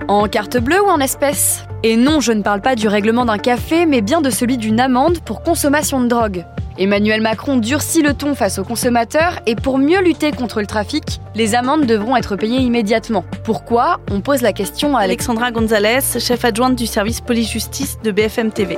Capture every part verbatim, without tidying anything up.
En carte bleue ou en espèces ? Et non, je ne parle pas du règlement d'un café, mais bien de celui d'une amende pour consommation de drogue. Emmanuel Macron durcit le ton face aux consommateurs et pour mieux lutter contre le trafic, les amendes devront être payées immédiatement. Pourquoi ? On pose la question à Alexandra Gonzalez, chef adjointe du service police-justice de B F M T V.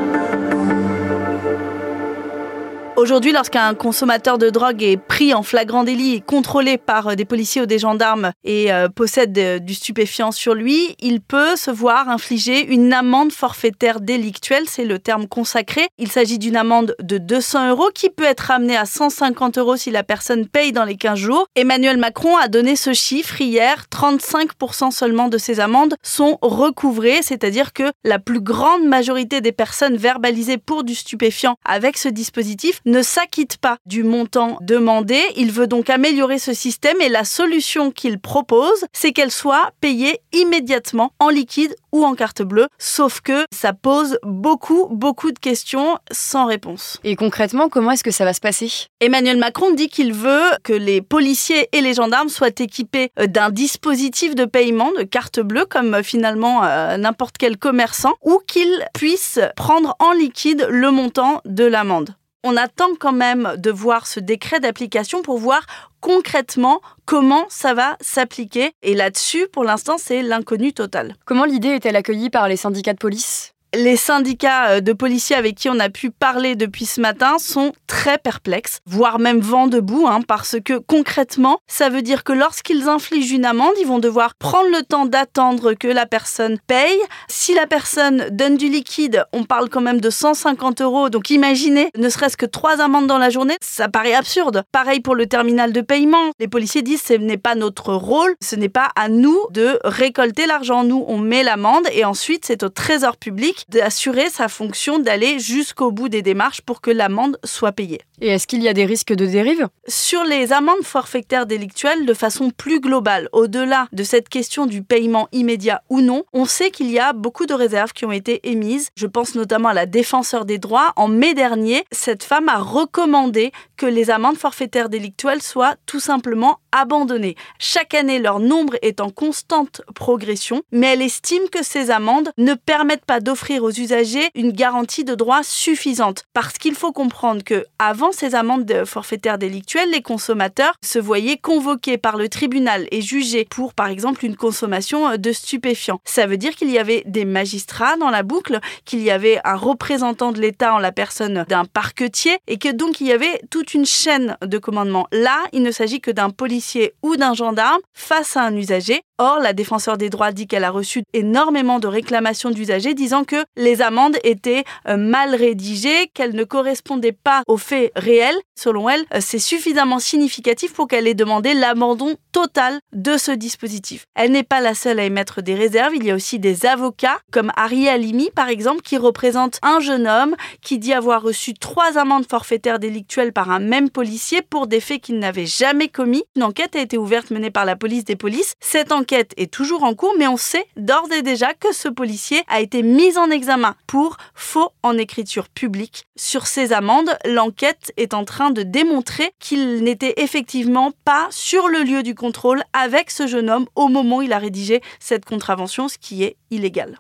Aujourd'hui, lorsqu'un consommateur de drogue est pris en flagrant délit et contrôlé par des policiers ou des gendarmes et euh, possède de, du stupéfiant sur lui, il peut se voir infliger une amende forfaitaire délictuelle, c'est le terme consacré. Il s'agit d'une amende de deux cents euros qui peut être ramenée à cent cinquante euros si la personne paye dans les quinze jours. Emmanuel Macron a donné ce chiffre hier, trente-cinq pour cent seulement de ces amendes sont recouvrées, c'est-à-dire que la plus grande majorité des personnes verbalisées pour du stupéfiant avec ce dispositif ne s'acquitte pas du montant demandé. Il veut donc améliorer ce système et la solution qu'il propose, c'est qu'elle soit payée immédiatement en liquide ou en carte bleue, sauf que ça pose beaucoup, beaucoup de questions sans réponse. Et concrètement, comment est-ce que ça va se passer ? Emmanuel Macron dit qu'il veut que les policiers et les gendarmes soient équipés d'un dispositif de paiement, de carte bleue, comme finalement euh, n'importe quel commerçant, ou qu'ils puissent prendre en liquide le montant de l'amende. On attend quand même de voir ce décret d'application pour voir concrètement comment ça va s'appliquer. Et là-dessus, pour l'instant, c'est l'inconnu total. Comment l'idée est-elle accueillie par les syndicats de police ? Les syndicats de policiers avec qui on a pu parler depuis ce matin sont très perplexes, voire même vent debout, hein, parce que concrètement, ça veut dire que lorsqu'ils infligent une amende, ils vont devoir prendre le temps d'attendre que la personne paye. Si la personne donne du liquide, on parle quand même de cent cinquante euros. Donc imaginez, ne serait-ce que trois amendes dans la journée, ça paraît absurde. Pareil pour le terminal de paiement. Les policiers disent que ce n'est pas notre rôle, ce n'est pas à nous de récolter l'argent. Nous, on met l'amende et ensuite, c'est au trésor public d'assurer sa fonction d'aller jusqu'au bout des démarches pour que l'amende soit payée. Et est-ce qu'il y a des risques de dérive ? Sur les amendes forfaitaires délictuelles, de façon plus globale, au-delà de cette question du paiement immédiat ou non, on sait qu'il y a beaucoup de réserves qui ont été émises. Je pense notamment à la défenseure des droits. En mai dernier, cette femme a recommandé que les amendes forfaitaires délictuelles soient tout simplement abandonnées. Chaque année, leur nombre est en constante progression, mais elle estime que ces amendes ne permettent pas d'offrir aux usagers une garantie de droit suffisante. Parce qu'il faut comprendre qu'avant ces amendes forfaitaires délictuelles, les consommateurs se voyaient convoqués par le tribunal et jugés pour, par exemple, une consommation de stupéfiants. Ça veut dire qu'il y avait des magistrats dans la boucle, qu'il y avait un représentant de l'État en la personne d'un parquetier et que donc il y avait toute une chaîne de commandement. Là, il ne s'agit que d'un policier ou d'un gendarme face à un usager. Or, la défenseure des droits dit qu'elle a reçu énormément de réclamations d'usagers disant que les amendes étaient mal rédigées, qu'elles ne correspondaient pas aux faits réels. Selon elle, c'est suffisamment significatif pour qu'elle ait demandé l'abandon total de ce dispositif. Elle n'est pas la seule à émettre des réserves. Il y a aussi des avocats, comme Ari Halimi, par exemple, qui représente un jeune homme qui dit avoir reçu trois amendes forfaitaires délictuelles par un même policier pour des faits qu'il n'avait jamais commis. Une enquête a été ouverte menée par la police des polices. Cette enquête est toujours en cours, mais on sait d'ores et déjà que ce policier a été mis en examen pour faux en écriture publique. Sur ces amendes, l'enquête est en train de démontrer qu'il n'était effectivement pas sur le lieu du contrôle avec ce jeune homme au moment où il a rédigé cette contravention, ce qui est illégal.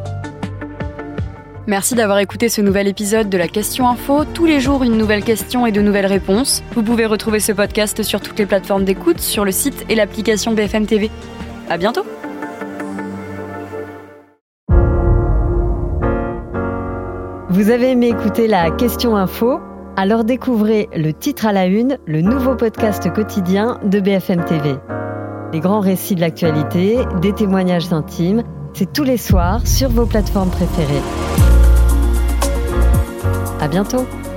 Merci d'avoir écouté ce nouvel épisode de la Question Info. Tous les jours, une nouvelle question et de nouvelles réponses. Vous pouvez retrouver ce podcast sur toutes les plateformes d'écoute, sur le site et l'application B F M T V. À bientôt. Vous avez aimé écouter la Question Info ? Alors découvrez le titre à la une, le nouveau podcast quotidien de B F M T V. Les grands récits de l'actualité, des témoignages intimes, c'est tous les soirs sur vos plateformes préférées. À bientôt.